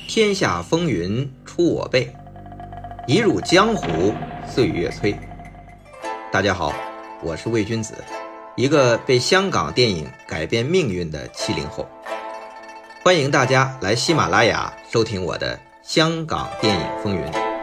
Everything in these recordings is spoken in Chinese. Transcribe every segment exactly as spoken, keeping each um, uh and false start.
天下风云出我辈，一入江湖岁月催。大家好，我是魏君子，一个被香港电影改变命运的七零后。欢迎大家来喜马拉雅收听我的香港电影风云。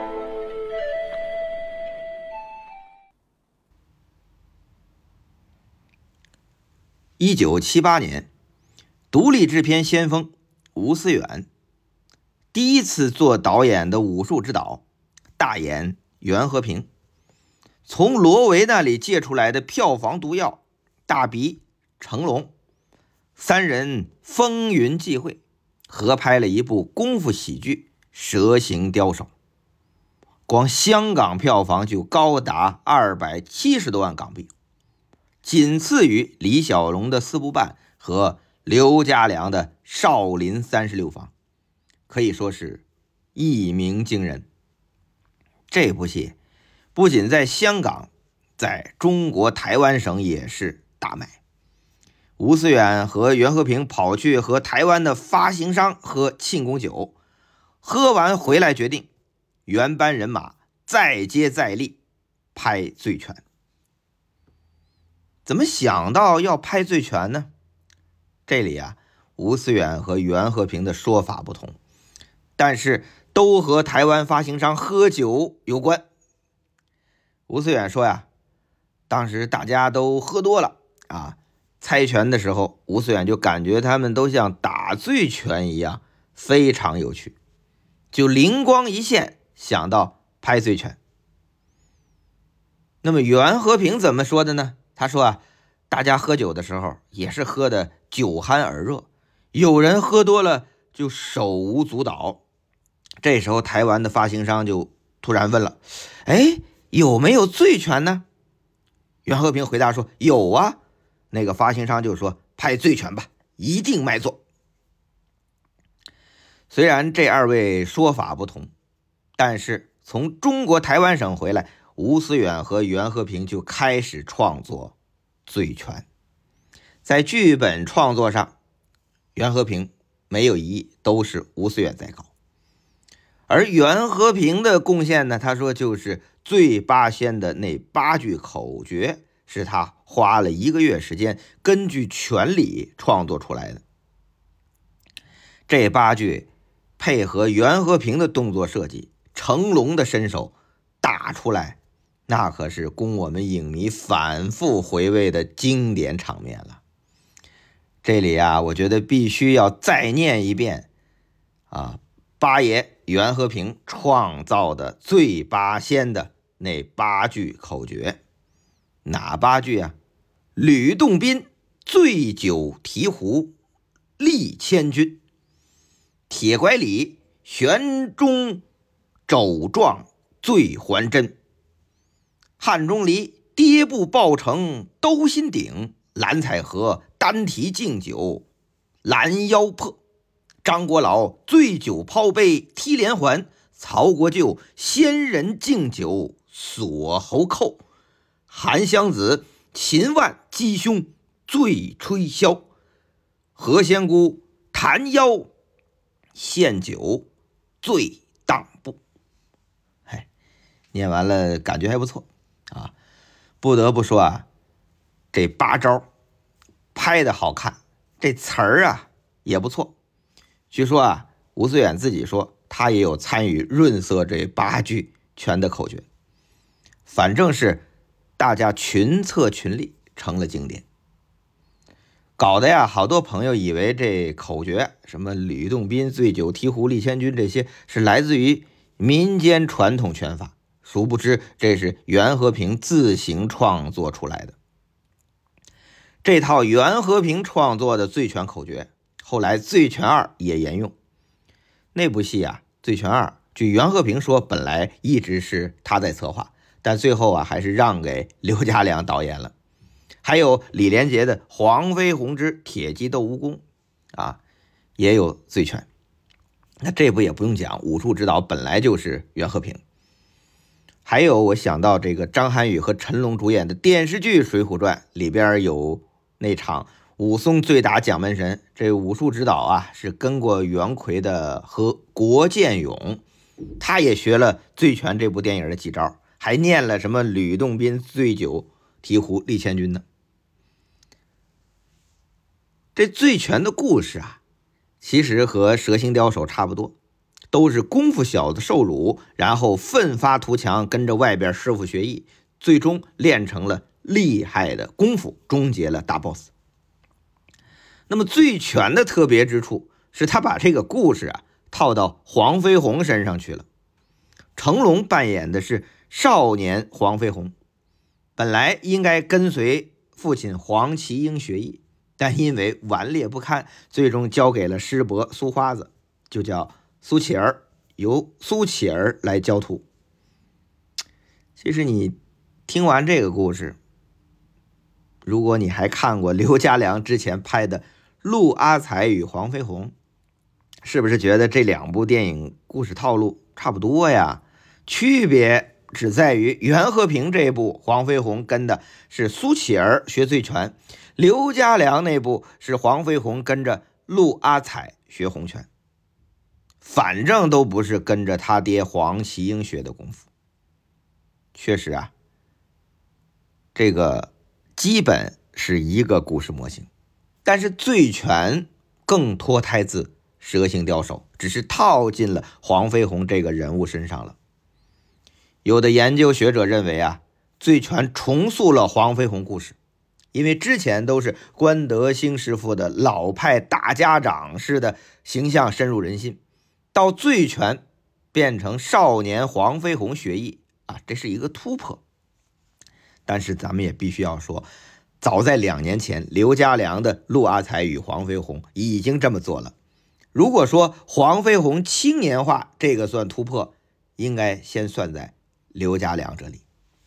一九七八年，独立制片先锋吴思远第一次做导演的武术指导，大演袁和平，从罗维那里借出来的票房毒药大鼻成龙，三人风云际会，合拍了一部功夫喜剧《蛇形刁手》，光香港票房就高达二百七十多万港币，仅次于李小龙的四部半和刘家良的少林三十六房，可以说是一鸣惊人。这部戏不仅在香港，在中国台湾省也是大卖。吴思远和袁和平跑去和台湾的发行商喝庆功酒，喝完回来决定原班人马再接再厉拍醉拳。怎么想到要拍醉拳呢？这里啊，吴思远和袁和平的说法不同，但是都和台湾发行商喝酒有关。吴思远说呀，当时大家都喝多了啊，猜拳的时候，吴思远就感觉他们都像打醉拳一样，非常有趣，就灵光一现，想到拍醉拳。那么袁和平怎么说的呢？他说啊，大家喝酒的时候也是喝的酒酣耳热，有人喝多了就手舞足蹈。这时候台湾的发行商就突然问了，哎，有没有醉拳呢？袁和平回答说，有啊。那个发行商就说，拍醉拳吧，一定卖座。虽然这二位说法不同，但是从中国台湾省回来，吴思远和袁和平就开始创作醉拳。在剧本创作上，袁和平没有异议，都是吴思远在搞。而袁和平的贡献呢，他说就是醉八仙的那八句口诀，是他花了一个月时间根据拳理创作出来的。这八句配合袁和平的动作设计，成龙的身手打出来，那可是供我们影迷反复回味的经典场面了。这里啊，我觉得必须要再念一遍啊，八爷袁和平创造的醉八仙的那八句口诀。哪八句啊？吕洞宾醉酒提壶立千钧，铁拐李悬中肘撞醉还真，汉钟离跌步抱城兜心顶，蓝采和单提敬酒拦腰破，张国老醉酒抛杯踢连环，曹国舅仙人敬酒锁喉扣，韩湘子秦万击胸醉吹箫，何仙姑弹腰献酒醉荡步。哎，念完了感觉还不错啊。不得不说啊，这八招拍的好看，这词儿啊也不错。据说啊，吴思远自己说他也有参与润色这八句拳的口诀，反正是大家群策群力，成了经典。搞得呀，好多朋友以为这口诀什么吕洞宾醉酒提壶立千钧这些是来自于民间传统拳法，殊不知这是袁和平自行创作出来的。这套袁和平创作的醉拳口诀，后来醉拳二也沿用。那部戏啊，醉拳二据袁和平说本来一直是他在策划，但最后啊还是让给刘家良导演了。还有李连杰的黄飞鸿之铁骑斗蜈蚣啊，也有醉拳。那这部也不用讲，武术指导本来就是袁和平。还有我想到这个张涵予和成龙主演的电视剧《水浒传》里边有那场武松最打蒋门神，这武术指导啊是跟过袁奎的和国建勇，他也学了《醉拳》这部电影的几招，还念了什么吕洞宾醉酒提壶立千钧呢。这《醉拳》的故事啊，其实和蛇形刁手差不多，都是功夫小子受辱，然后奋发图强，跟着外边师傅学艺，最终练成了厉害的功夫，终结了大 boss。那么《醉拳》的特别之处是他把这个故事啊套到黄飞鸿身上去了。成龙扮演的是少年黄飞鸿，本来应该跟随父亲黄麒英学艺，但因为顽劣不堪，最终交给了师伯苏花子，就叫苏乞儿，由苏乞儿来教徒。其实你听完这个故事，如果你还看过刘家良之前拍的《陆阿才与黄飞鸿》，是不是觉得这两部电影故事套路差不多呀？区别只在于袁和平这部黄飞鸿跟的是苏乞儿学醉拳，刘家良那部是黄飞鸿跟着陆阿才学洪拳，反正都不是跟着他爹黄麒英学的功夫。确实啊，这个基本是一个故事模型，但是醉拳更脱胎自蛇形刁手，只是套进了黄飞鸿这个人物身上了。有的研究学者认为啊，醉拳重塑了黄飞鸿故事，因为之前都是关德兴师傅的老派大家长式的形象深入人心，到醉拳变成少年黄飞鸿学艺啊，这是一个突破。但是咱们也必须要说，早在两年前，刘家良的《陆阿才与黄飞鸿》已经这么做了。如果说黄飞鸿青年化这个算突破，应该先算在刘家良这里。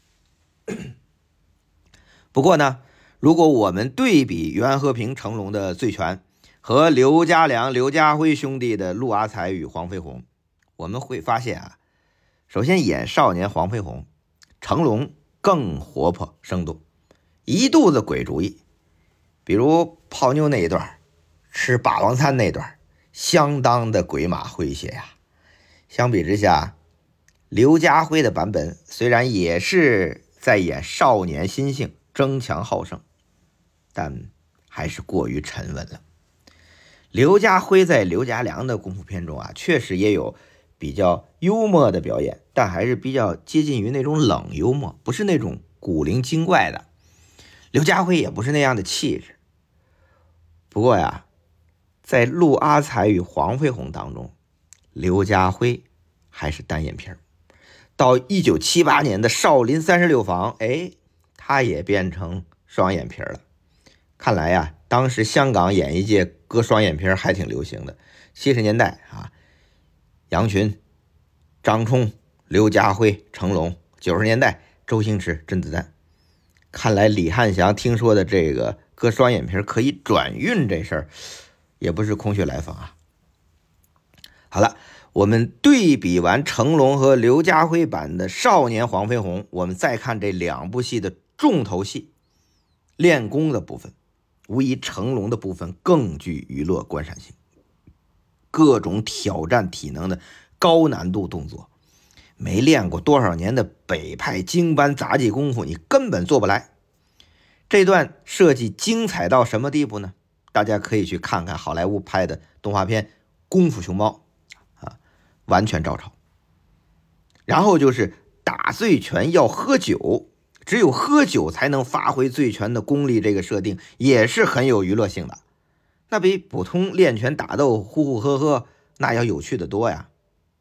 不过呢，如果我们对比袁和平、成龙的《醉拳》和刘家良、刘家辉兄弟的《陆阿才与黄飞鸿》，我们会发现啊，首先演少年黄飞鸿，成龙更活泼生动，一肚子鬼主意，比如泡妞那一段，吃霸王餐那段，相当的鬼马诙谐呀。相比之下，刘家辉的版本虽然也是在演少年心性，争强好胜，但还是过于沉稳了。刘家辉在刘家良的功夫片中啊，确实也有比较幽默的表演，但还是比较接近于那种冷幽默，不是那种古灵精怪的。刘家辉也不是那样的气质。不过呀，在陆阿才与黄飞鸿当中，刘家辉还是单眼皮儿。到一九七八年的少林三十六房，哎，他也变成双眼皮了。看来呀，当时香港演艺界割双眼皮还挺流行的。七十年代啊，杨群、张冲、刘家辉、成龙；九十年代周星驰、甄子丹。看来李汉祥听说的这个割双眼皮可以转运这事儿，也不是空穴来风啊。好了，我们对比完成龙和刘家辉版的少年黄飞鸿，我们再看这两部戏的重头戏，练功的部分，无疑成龙的部分更具娱乐观赏性，各种挑战体能的高难度动作，没练过多少年的北派京班杂技功夫，你根本做不来。这段设计精彩到什么地步呢？大家可以去看看好莱坞拍的动画片《功夫熊猫》啊，完全照抄。然后就是打醉拳要喝酒，只有喝酒才能发挥醉拳的功力，这个设定也是很有娱乐性的。那比普通练拳打斗呼呼喝喝那要有趣的多呀。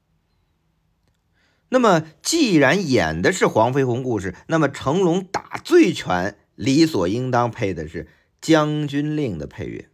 那么既然演的是黄飞鸿故事，那么成龙打醉拳理所应当配的是将军令的配乐。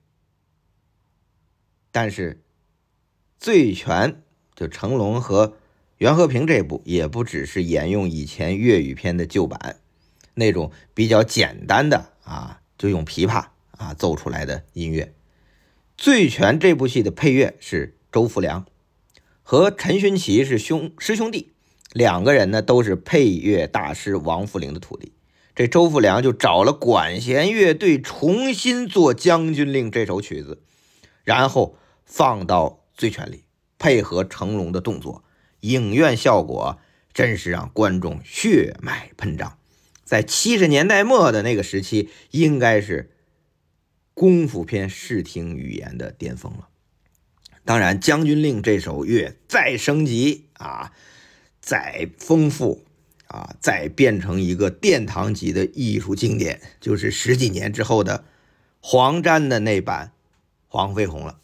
但是醉拳就成龙和袁和平这部也不只是沿用以前粤语片的旧版那种比较简单的啊，就用琵琶啊奏出来的音乐。醉拳这部戏的配乐是周福良，和陈勋奇是兄师兄弟，两个人呢都是配乐大师王富龄的徒弟。 这周富良就找了管弦乐队重新做《将军令》这首曲子，然后放到醉拳里，配合成龙的动作，影院效果真是让观众血脉喷张。在七十年代末的那个时期，应该是功夫片视听语言的巅峰了。当然，《将军令》这首乐再升级啊，再丰富啊，再变成一个殿堂级的艺术经典，就是十几年之后的黄沾的那版《黄飞鸿》了。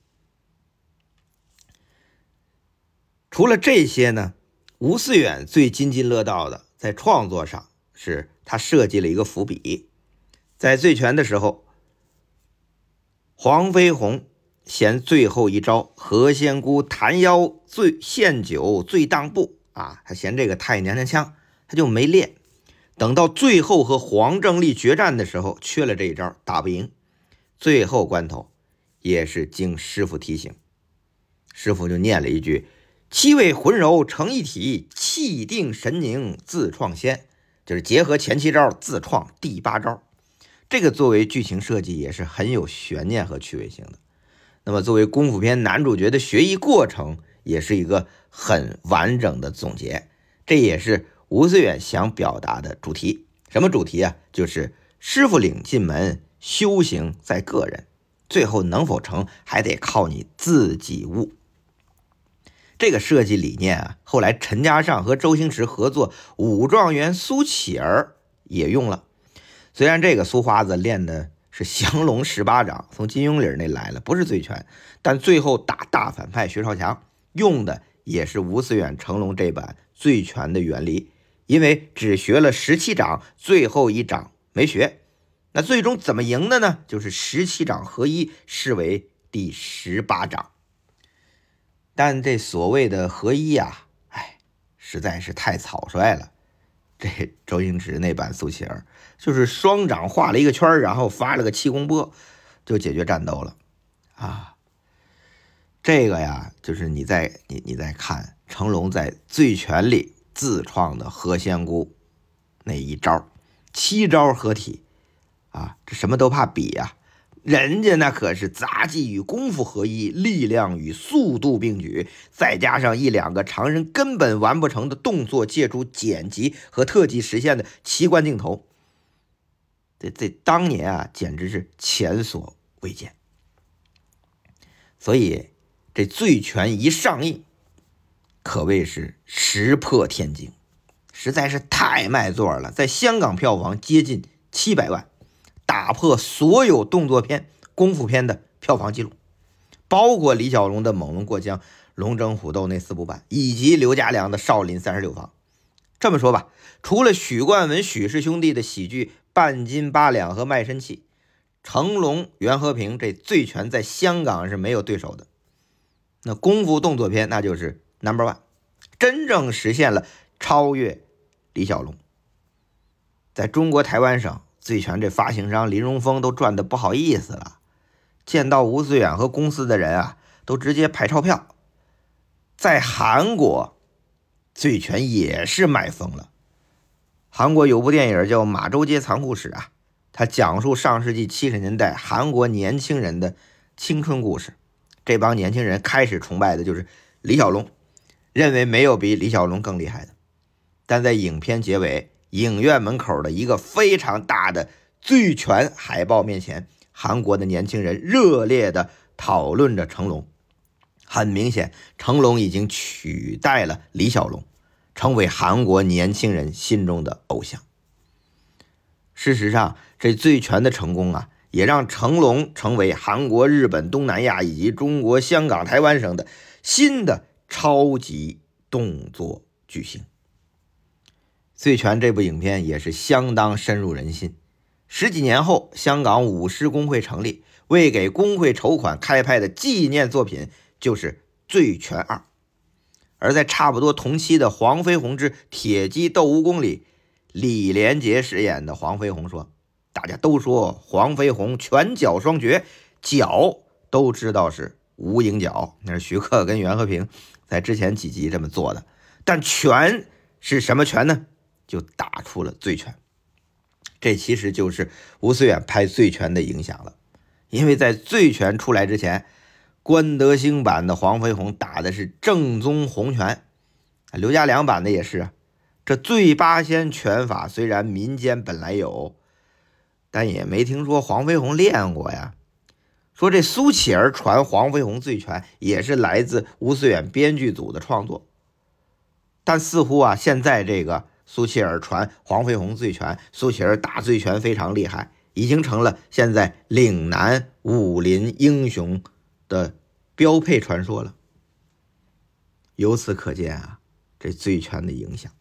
除了这些呢，吴思远最津津乐道的在创作上是他设计了一个伏笔。在醉拳的时候，黄飞鸿嫌最后一招何仙姑弹腰醉献酒醉当步啊，他嫌这个太娘娘腔，他就没练。等到最后和黄正利决战的时候，缺了这一招，打不赢。最后关头也是经师傅提醒，师傅就念了一句：七味浑柔成一体，气定神宁自创仙，就是结合前七招自创第八招。这个作为剧情设计也是很有悬念和趣味性的。那么作为功夫片男主角的学艺过程，也是一个很完整的总结。这也是吴思远想表达的主题。什么主题啊？就是师傅领进门，修行在个人，最后能否成还得靠你自己悟。这个设计理念啊，后来陈嘉上和周星驰合作武状元苏乞儿也用了。虽然这个苏花子练的是降龙十八掌，从金庸里那来了，不是醉拳，但最后打大反派薛少强用的也是吴思远成龙这版醉拳的原理。因为只学了十七掌，最后一掌没学，那最终怎么赢的呢？就是十七掌合一，视为第十八掌。但这所谓的合一啊，哎，实在是太草率了。这周星驰那版苏乞儿就是双掌画了一个圈，然后发了个气功波就解决战斗了啊。这个呀，就是你在你你在看成龙在醉拳里自创的何仙姑那一招，七招合体啊，这什么都怕比呀、啊。人家那可是杂技与功夫合一，力量与速度并举，再加上一两个常人根本完不成的动作，借助剪辑和特技实现的奇观镜头，这这当年啊，简直是前所未见。所以这醉拳一上映，可谓是石破天惊，实在是太卖座了，在香港票房接近七百万。打破所有动作片、功夫片的票房记录，包括李小龙的《猛龙过江》、《龙争虎斗》那四部版，以及刘家良的《少林三十六房》。这么说吧，除了许冠文、许氏兄弟的喜剧《半斤八两》和《卖身契》，成龙、袁和平这醉拳在香港是没有对手的。那功夫动作片那就是 number one， 真正实现了超越李小龙。在中国台湾省，醉拳这发行商林荣峰都赚得不好意思了，见到吴思远和公司的人啊，都直接派钞票。在韩国，醉拳也是卖疯了。韩国有部电影叫《马州街残酷史》啊，它讲述上世纪七十年代韩国年轻人的青春故事。这帮年轻人开始崇拜的就是李小龙，认为没有比李小龙更厉害的。但在影片结尾，影院门口的一个非常大的醉拳海报面前，韩国的年轻人热烈地讨论着成龙。很明显，成龙已经取代了李小龙，成为韩国年轻人心中的偶像。事实上，这醉拳的成功啊，也让成龙成为韩国、日本、东南亚以及中国香港、台湾省的新的超级动作巨星。醉拳这部影片也是相当深入人心。十几年后，香港舞狮工会成立，为给工会筹款开拍的纪念作品就是《醉拳二》。而在差不多同期的《黄飞鸿之铁鸡斗蜈蚣》里，李连杰饰演的黄飞鸿说，大家都说黄飞鸿拳脚双绝，脚都知道是无影脚，那是徐克跟袁和平在之前几集这么做的，但拳是什么拳呢？就打出了醉拳。 这其实就是吴思远拍《醉拳》的影响了。因为在《醉拳》出来之前，关德兴版的黄飞鸿打的是正宗洪拳，刘家良版的也是啊。这醉八仙拳法虽然民间本来有，但也没听说黄飞鸿练过呀。说这苏乞儿传黄飞鸿醉拳也是来自吴思远编剧组的创作，但似乎啊，现在这个苏乞儿传黄飞鸿醉拳，苏乞儿打醉拳非常厉害，已经成了现在岭南武林英雄的标配传说了。由此可见啊，这醉拳的影响。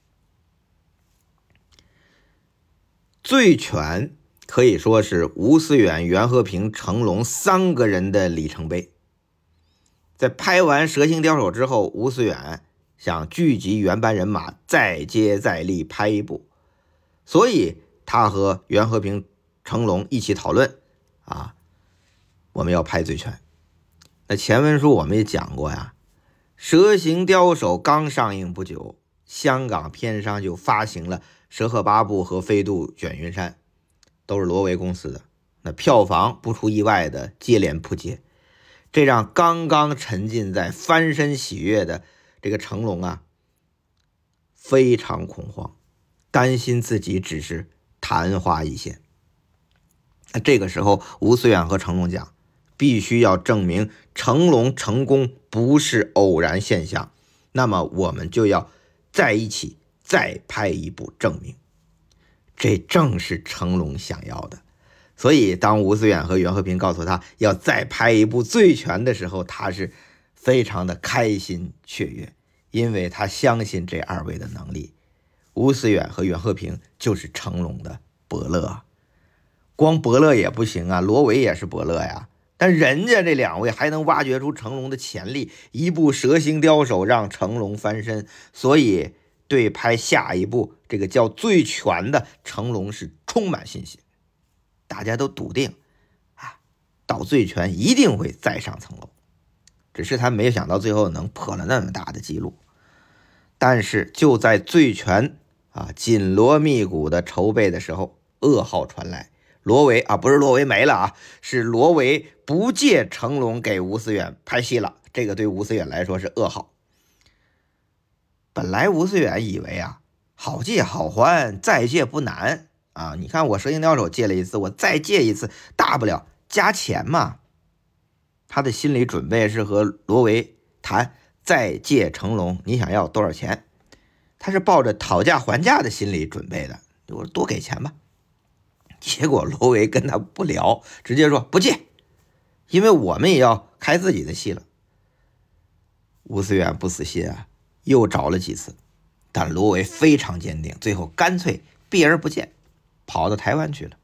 醉拳可以说是吴思远、袁和平、成龙三个人的里程碑。在拍完《蛇形刁手》之后，吴思远想聚集原班人马，再接再厉拍一部，所以他和袁和平、成龙一起讨论啊，我们要拍醉拳。那前文书我们也讲过呀，《蛇形刁手》刚上映不久，香港片商就发行了《蛇鹤八部》和《飞渡卷云山》，都是罗维公司的，那票房不出意外的接连扑街，这让刚刚沉浸在翻身喜悦的这个成龙啊非常恐慌，担心自己只是昙花一现。那这个时候吴思远和成龙讲，必须要证明成龙成功不是偶然现象，那么我们就要在一起再拍一部证明。这正是成龙想要的。所以当吴思远和袁和平告诉他要再拍一部醉拳的时候，他是非常的开心雀跃，因为他相信这二位的能力。吴思远和袁和平就是成龙的伯乐啊，光伯乐也不行啊，罗维也是伯乐呀，但人家这两位还能挖掘出成龙的潜力，一部蛇形刁手让成龙翻身，所以对拍下一部这个叫醉拳的成龙是充满信心，大家都笃定啊，到醉拳一定会再上层楼，只是他没有想到最后能破了那么大的记录。但是就在醉拳啊紧锣密鼓的筹备的时候，噩耗传来，罗维啊不是罗维没了啊，是罗维不借成龙给吴思远拍戏了，这个对吴思远来说是噩耗。本来吴思远以为啊，好借好还，再借不难啊！你看我蛇形刁手借了一次，我再借一次，大不了加钱嘛。他的心理准备是和罗维谈再借成龙，你想要多少钱？他是抱着讨价还价的心理准备的，我说多给钱吧。结果罗维跟他不聊，直接说不借，因为我们也要开自己的戏了。吴思远不死心啊，又找了几次，但罗维非常坚定，最后干脆避而不见，跑到台湾去了。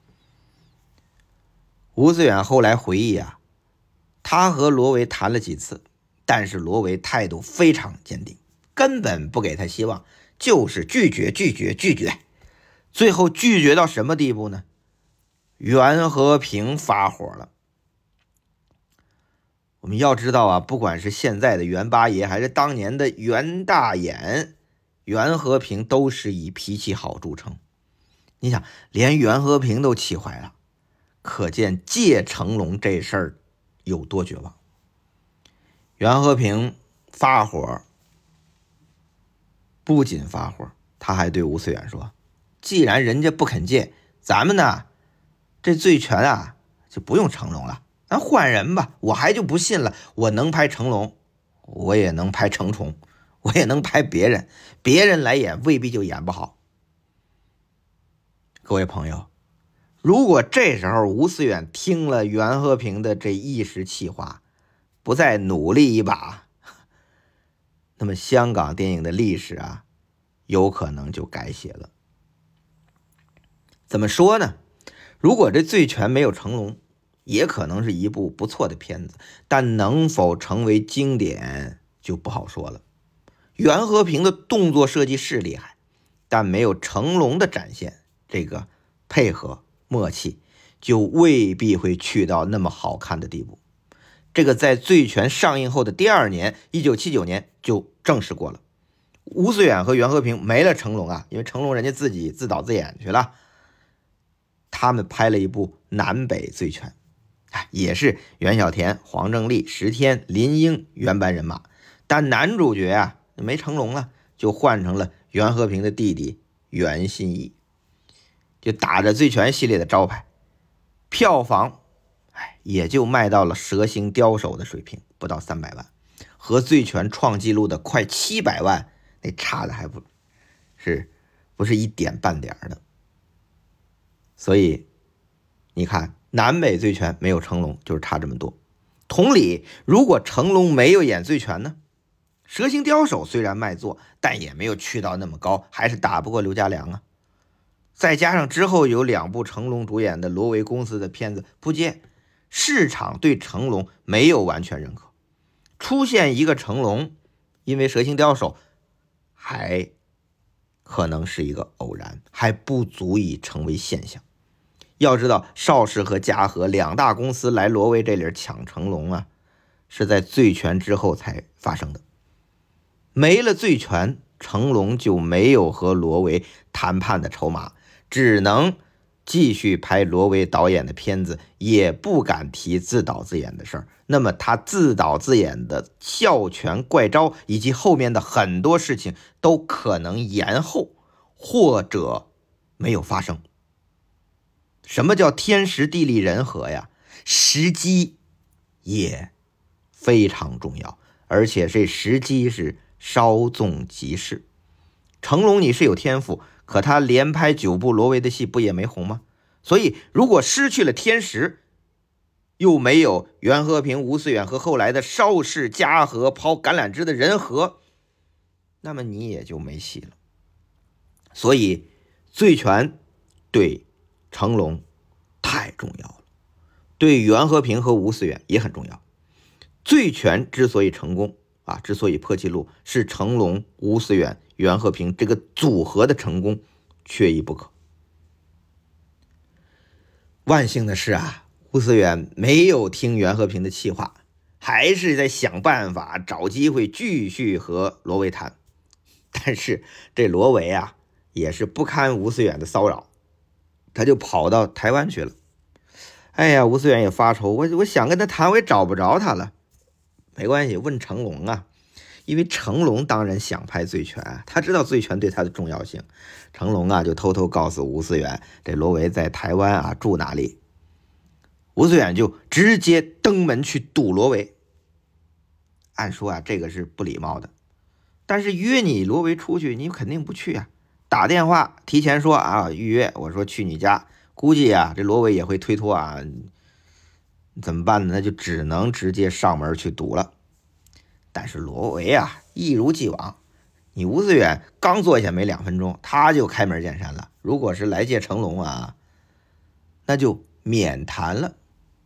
吴思远后来回忆啊，他和罗维谈了几次，但是罗维态度非常坚定，根本不给他希望，就是拒绝拒绝拒绝。最后拒绝到什么地步呢？袁和平发火了。我们要知道啊，不管是现在的袁八爷还是当年的袁大眼，袁和平都是以脾气好著称。你想连袁和平都气坏了，可见借成龙这事儿有多绝望。袁和平发火，不仅发火，他还对吴思远说，既然人家不肯借，咱们呢这醉拳啊就不用成龙了，咱换人吧。我还就不信了，我能拍成龙，我也能拍成虫，我也能拍别人，别人来演未必就演不好。各位朋友，如果这时候吴思远听了袁和平的这一时气话，不再努力一把，那么香港电影的历史啊有可能就改写了。怎么说呢？如果这醉拳没有成龙，也可能是一部不错的片子，但能否成为经典就不好说了。袁和平的动作设计是厉害，但没有成龙的展现，这个配合默契就未必会去到那么好看的地步。这个在醉拳上映后的第二年一九七九年就证实过了。吴思远和袁和平没了成龙啊，因为成龙人家自己自导自演去了， 他们拍了一部《南北醉拳》，也是袁小田、黄正利、石天、林英原班人马，但男主角啊没成龙了，就换成了袁和平的弟弟袁心怡，就打着醉拳系列的招牌，票房哎也就卖到了蛇形刁手的水平，不到三百万，和醉拳创纪录的快七百万那差的还不是不是一点半点的。所以你看南北醉拳没有成龙就是差这么多。同理，如果成龙没有演醉拳呢，蛇形刁手虽然卖座，但也没有去到那么高，还是打不过刘家良啊。再加上之后有两部成龙主演的罗维公司的片子扑街，市场对成龙没有完全认可，出现一个成龙因为蛇形刁手还可能是一个偶然，还不足以成为现象。要知道邵氏和嘉禾两大公司来罗维这里抢成龙啊，是在醉拳之后才发生的。没了醉拳，成龙就没有和罗维谈判的筹码，只能继续拍罗维导演的片子，也不敢提自导自演的事儿。那么他自导自演的笑拳怪招以及后面的很多事情都可能延后或者没有发生。什么叫天时地利人和呀？时机也非常重要，而且这时机是稍纵即逝。成龙你是有天赋，可他连拍九部罗维的戏不也没红吗？所以如果失去了天时，又没有袁和平、吴思远和后来的邵氏、嘉禾抛橄榄枝的人和，那么你也就没戏了。所以醉拳对成龙太重要了，对袁和平和吴思远也很重要。醉拳之所以成功啊，之所以破纪录，是成龙、吴思远、袁和平这个组合的成功缺一不可。万幸的是啊，吴思远没有听袁和平的气话，还是在想办法找机会继续和罗维谈。但是这罗维啊也是不堪吴思远的骚扰，他就跑到台湾去了。哎呀，吴思远也发愁，我我想跟他谈，我也找不着他了。没关系，问成龙啊，因为成龙当然想拍醉拳，他知道醉拳对他的重要性。成龙啊就偷偷告诉吴思远，这罗维在台湾啊住哪里。吴思远就直接登门去堵罗维。按说啊这个是不礼貌的，但是约你罗维出去，你肯定不去啊。打电话提前说啊预约，我说去你家，估计啊这罗维也会推脱啊，怎么办呢？那就只能直接上门去堵了。但是罗维啊一如既往，你吴思远刚坐下没两分钟，他就开门见山了。如果是来借成龙啊，那就免谈了。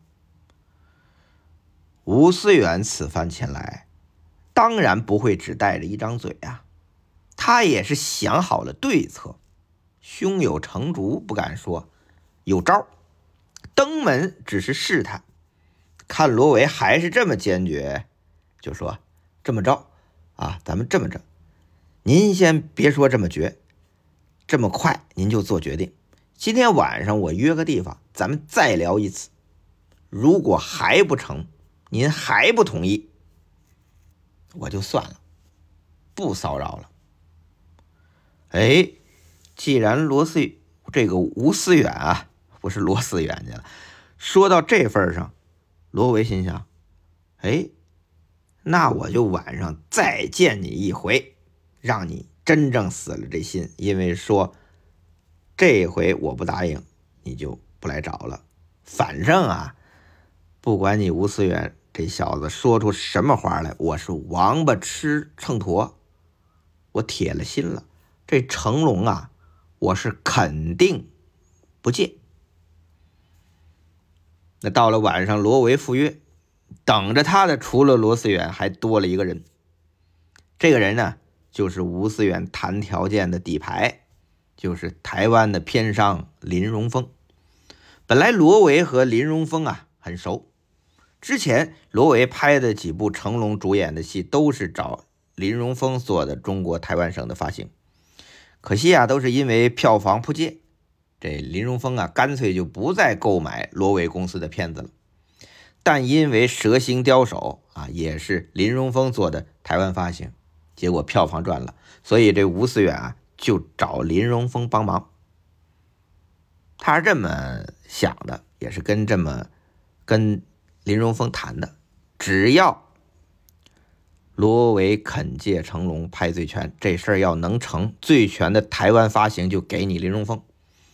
吴思远此番前来，当然不会只带着一张嘴啊，他也是想好了对策，胸有成竹不敢说，有招。登门只是试探，看罗维还是这么坚决，就说这么着啊，咱们这么着，您先别说这么绝，这么快您就做决定。今天晚上我约个地方，咱们再聊一次。如果还不成，您还不同意，我就算了，不骚扰了。哎，既然罗思这个吴思远啊，不是罗思远去了，说到这份上，罗维心想，哎，那我就晚上再见你一回，让你真正死了这心。因为说这回我不答应，你就不来找了。反正啊，不管你吴思远这小子说出什么话来，我是王八吃秤砣，我铁了心了。这成龙啊，我是肯定不借。那到了晚上，罗维赴约，等着他的除了罗思远还多了一个人。这个人呢，就是吴思远谈条件的底牌，就是台湾的片商林荣峰。本来罗维和林荣峰啊很熟，之前罗维拍的几部成龙主演的戏都是找林荣峰做的中国台湾省的发行，可惜啊都是因为票房扑街， 这林荣峰啊，干脆就不再购买罗维公司的片子了。但因为蛇形刁手啊，也是林荣峰做的台湾发行，结果票房赚了，所以这吴思远啊就找林荣峰帮忙。他是这么想的，也是跟这么跟林荣峰谈的，只要罗维肯借成龙拍醉拳，这事儿要能成，醉拳的台湾发行就给你林荣峰。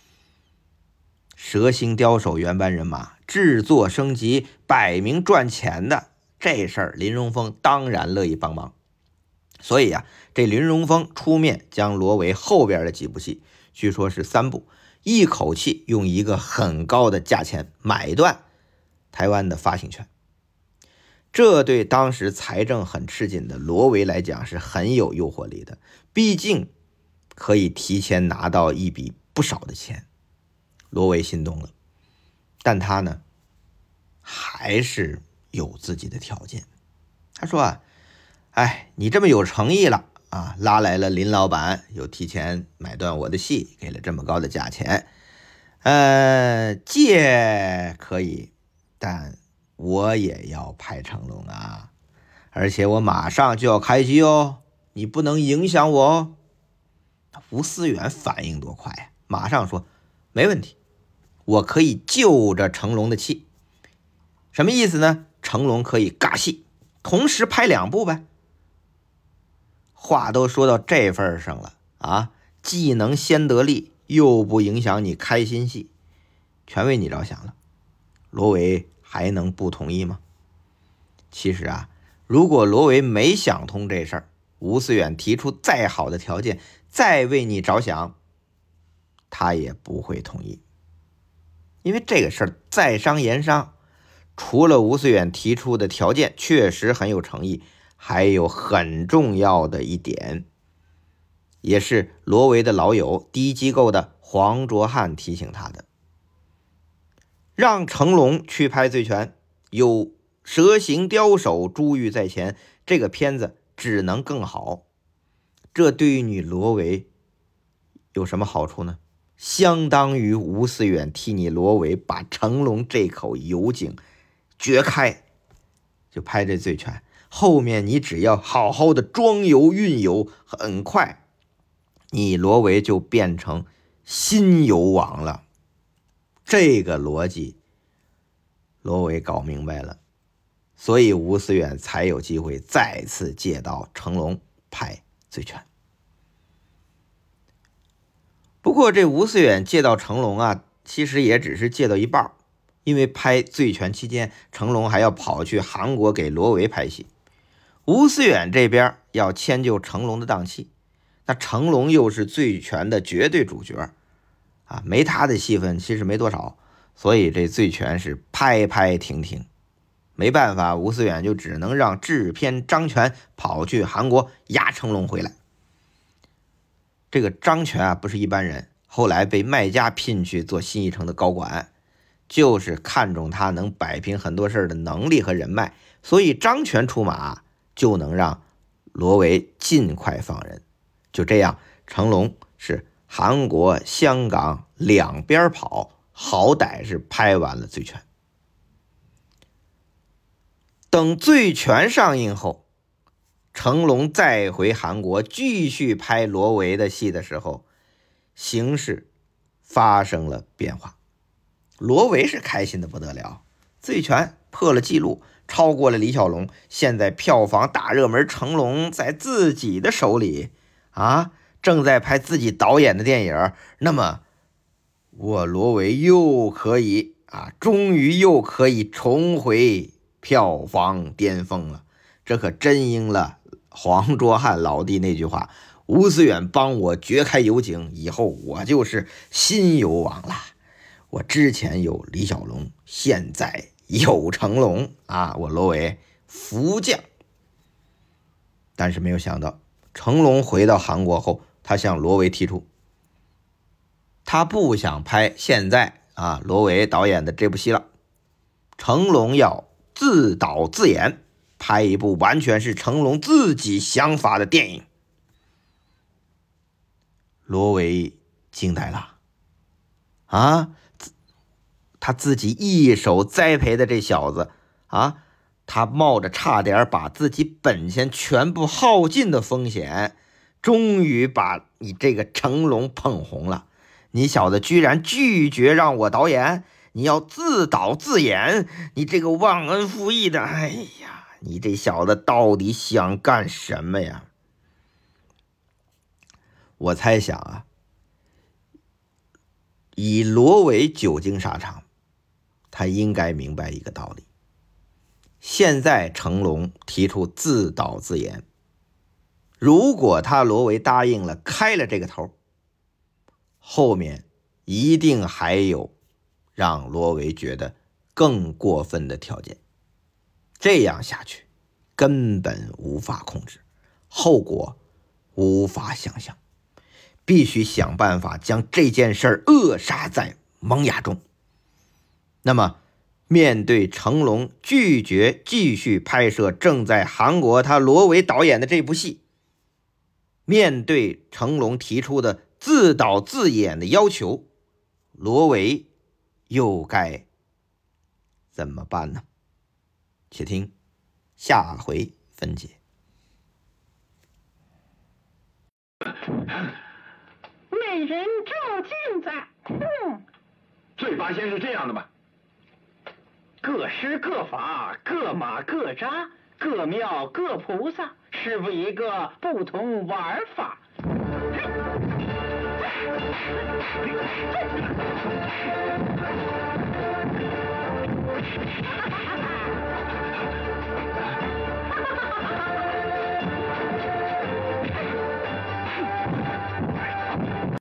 蛇形刁手原班人马，制作升级，摆明赚钱的，这事儿林荣峰当然乐意帮忙。所以啊，这林荣峰出面将罗维后边的几部戏，据说是三部，一口气用一个很高的价钱买断台湾的发行权。这对当时财政很吃紧的罗维来讲是很有诱惑力的，毕竟可以提前拿到一笔不少的钱。罗维心动了，但他呢还是有自己的条件。他说啊，哎，你这么有诚意了啊，拉来了林老板，又提前买断我的戏，给了这么高的价钱，呃，借可以，但我也要拍成龙啊，而且我马上就要开机哦，你不能影响我哦。吴思远反应多快啊，马上说没问题，我可以就着成龙的气。什么意思呢？成龙可以尬戏，同时拍两部呗。话都说到这份上了啊，既能先得利，又不影响你开新戏，全为你着想了。罗维还能不同意吗？其实啊，如果罗维没想通这事儿，吴思远提出再好的条件，再为你着想，他也不会同意。因为这个事儿在商言商，除了吴思远提出的条件确实很有诚意，还有很重要的一点，也是罗维的老友第一机构的黄卓汉提醒他的，让成龙去拍醉拳，有蛇形刁手珠玉在前，这个片子只能更好。这对于你罗维有什么好处呢？相当于吴思远替你罗维把成龙这口油井掘开，就拍这醉拳，后面你只要好好的装油运油，很快你罗维就变成新油王了。这个逻辑罗维搞明白了，所以吴思远才有机会再次借到成龙拍醉拳。不过这吴思远借到成龙啊，其实也只是借到一半，因为拍醉拳期间，成龙还要跑去韩国给罗维拍戏，吴思远这边要迁就成龙的档期，那成龙又是醉拳的绝对主角啊，没他的戏份其实没多少，所以这醉拳是拍拍停停。没办法，吴思远就只能让制片张全跑去韩国押成龙回来。这个张全啊不是一般人，后来被麦家聘去做新艺城的高管，就是看中他能摆平很多事的能力和人脉，所以张全出马就能让罗维尽快放人。就这样，成龙是韩国、香港两边跑，好歹是拍完了醉拳。等醉拳上映后，成龙再回韩国继续拍罗维的戏的时候，形势发生了变化。罗维是开心的不得了，醉拳破了记录，超过了李小龙，现在票房大热门成龙在自己的手里啊，正在拍自己导演的电影，那么我罗维又可以啊，终于又可以重回票房巅峰了。这可真应了黄卓汉老弟那句话，吴思远帮我掘开油井，以后我就是新油王了。我之前有李小龙，现在有成龙啊，我罗维福将。但是没有想到，成龙回到韩国后，他向罗维提出，他不想拍现在啊罗维导演的这部戏了，成龙要自导自演，拍一部完全是成龙自己想法的电影。罗维惊呆了， 啊，他自己一手栽培的这小子啊，他冒着差点把自己本钱全部耗尽的风险，终于把你这个成龙捧红了。你小子居然拒绝让我导演，你要自导自演，你这个忘恩负义的，哎呀，你这小子到底想干什么呀？我猜想啊，以罗维久经沙场，他应该明白一个道理。现在成龙提出自导自演，如果他罗维答应了，开了这个头，后面一定还有让罗维觉得更过分的条件。这样下去根本无法控制，后果无法想象，必须想办法将这件事扼杀在萌芽中。那么面对成龙拒绝继续拍摄正在韩国他罗维导演的这部戏，面对成龙提出的自导自演的要求，罗维又该怎么办呢？且听下回分解。 美人照镜子，嗯， 罪罚先是这样的吧？ 各施各法，各马各扎，各庙各菩萨，师傅一个，不同玩法。嘿